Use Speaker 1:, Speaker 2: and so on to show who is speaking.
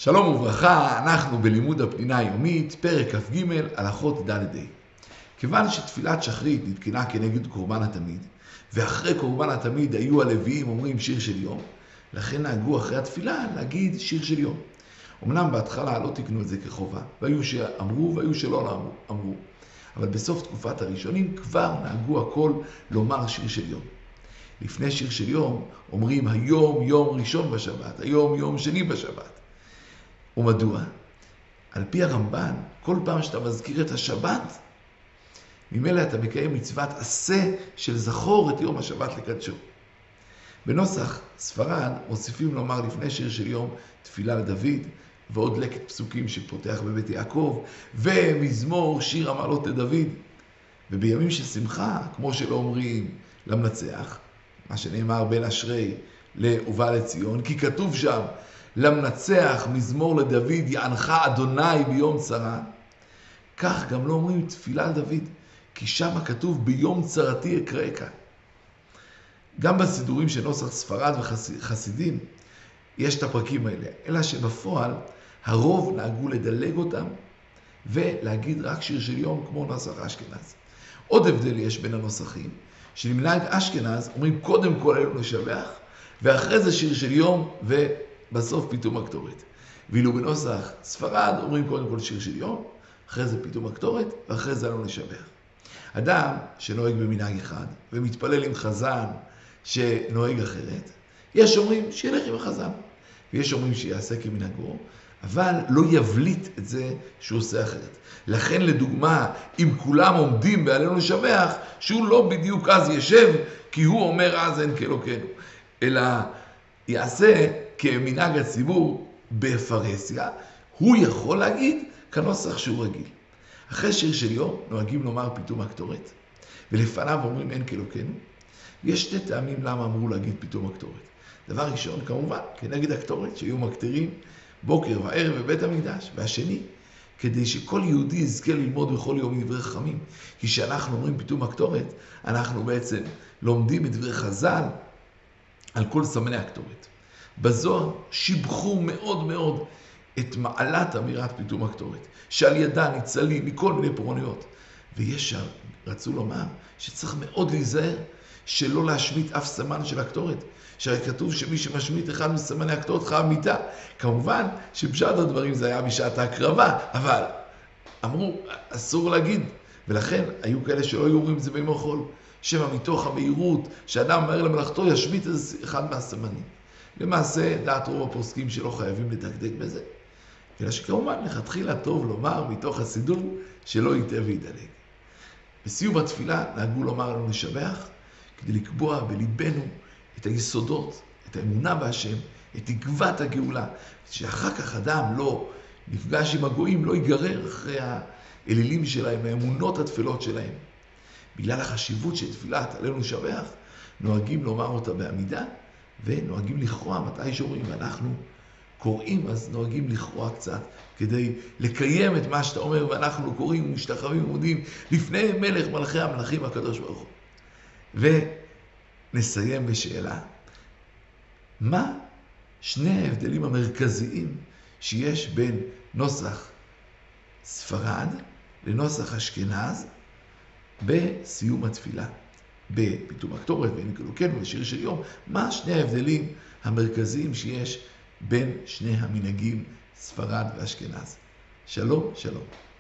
Speaker 1: שלום וברכה, אנחנו בלימוד הפנינה היומית, פרק כ"ג, הלכות ד'. כיוון שתפילת שחרית נתקנה כנגד קורבן התמיד, ואחרי קורבן התמיד היו הלוויים אומרים שיר של יום, לכן נהגו אחרי התפילה להגיד שיר של יום. אמנם בהתחלה לא תקנו את זה כחובה, והיו שאמרו והיו שלא אמרו, אבל בסוף תקופת הראשונים כבר נהגו הכל לומר שיר של יום. לפני שיר של יום אומרים היום יום ראשון בשבת, היום יום שני בשבת. ומדוע? על פי הרמב"ן, כל פעם שאתה מזכיר את השבת, ממילא אתה מקיים מצוות עשה של זכור את יום השבת לקדשו. בנוסח ספרד מוסיפים לומר לפני שיר של יום תפילה לדוד, ועוד לקט פסוקים שפותח בבית יעקב, ומזמור שיר המעלות לדוד. ובימים של שמחה, כמו שלא אומרים למנצח, מה שנאמר בין אשרי ובא לציון, כי כתוב שם, למנצח מזמור לדוד יענך אדוני ביום צרה, כך גם לא אומרים תפילה לדוד, כי שם כתוב ביום צרתי אקראך. גם בסידורים של נוסח ספרד וחסידים יש את הפרקים האלה, אלא שבפועל הרוב נהגו לדלג אותם ולהגיד רק שיר של יום כמו נוסח אשכנז. עוד הבדל יש בין הנוסחים, שלמנהג אשכנז אומרים קודם כל אלו לשבח, ואחרי זה שיר של יום ובסוף פיתום הקטורת. ואילו בנוסח ספרד אומרים קודם כל שיר של יום, אחרי זה פיתום הקטורת, ואחרי זה אלו לשבח. אדם שנוהג במנהג אחד ומתפלל עם חזן שנוהג אחרת, יש אומרים שילך עם החזן, ויש אומרים שיעשה כמנהגו, אבל לא יבליט את זה שהוא עושה אחרת. לכן לדוגמה, אם כולם עומדים בעלינו לשבח, שהוא לא בדיוק אז ישב, כי הוא אומר אז אין כאלוקינו, אלא יעשה כמנהג הציבור בפרהסיה, הוא יכול להגיד כנוסח שהוא רגיל. אחרי שיר של יום נוהגים לומר פיתום הקטורת, ולפניו אומרים אין כאלוקינו. יש שתי טעמים למה אמרו להגיד פיתום הקטורת. דבר ראשון, כמובן, כנגד הקטורת, שהיו מקטרים בוקר וערב בבית המקדש, והשני, כדי שכל יהודי יזכה ללמוד בכל יום דברי חכמים. כי כשאנחנו אומרים פיתום הקטורת, אנחנו בעצם לומדים את דברי חז"ל על כל סמני הקטורת. בזוהר שיבחו מאוד מאוד את מעלת אמירת פיתום הקטורת, שעל ידה ניצלים מכל מיני פורענויות. ויש שם, רצו לומר, שצריך מאוד להיזהר שלא להשמיט אף סמן של הקטורת, שהרי כתוב שמי שמשמיט אחד מסמני הקטורת חייב מיתה. כמובן שבשעת הדברים זה היה בשעת ההקרבה, אבל אמרו אסור להגיד, ולכן היו כאלה שלא היו אומרים את זה בימי חול, שמא מתוך המהירות שאדם מהר למלאכתו ישמיט אחד מהסמנים. למעשה דעת רוב הפוסקים שלא חייבים לדקדק בזה, אלא שכמובן לכתחילה טוב לומר מתוך הסידור שלא יטעה וידלג. בסיום התפילה נהגו לומר לנו לשבח, כדי לקבוע בליבנו את היסודות, את האמונה בהשם, את תקוות הגאולה, שאחר כך אדם לא נפגש עם הגויים, לא ייגרר אחרי האלילים שלהם, האמונות התפלות שלהם. בגלל החשיבות של תפילת עלינו לשבח, נוהגים לומר אותה בעמידה, ונוהגים לכרוע מתי שאומרים, ואנחנו קוראים, אז נוהגים לכרוע קצת, כדי לקיים את מה שאתה אומר, ואנחנו קוראים ומשתחווים ומודים לפני מלך מלכי המלכים הקדוש ברוך הוא. ונסיים בשאלה, מה שני ההבדלים המרכזיים שיש בין נוסח ספרד לנוסח אשכנז בסיום התפילה? בפיתום הקטורת ואין כאלוקינו ושיר של יום, מה שני ההבדלים המרכזיים שיש בין שני המנהגים ספרד ואשכנז? שלום, שלום.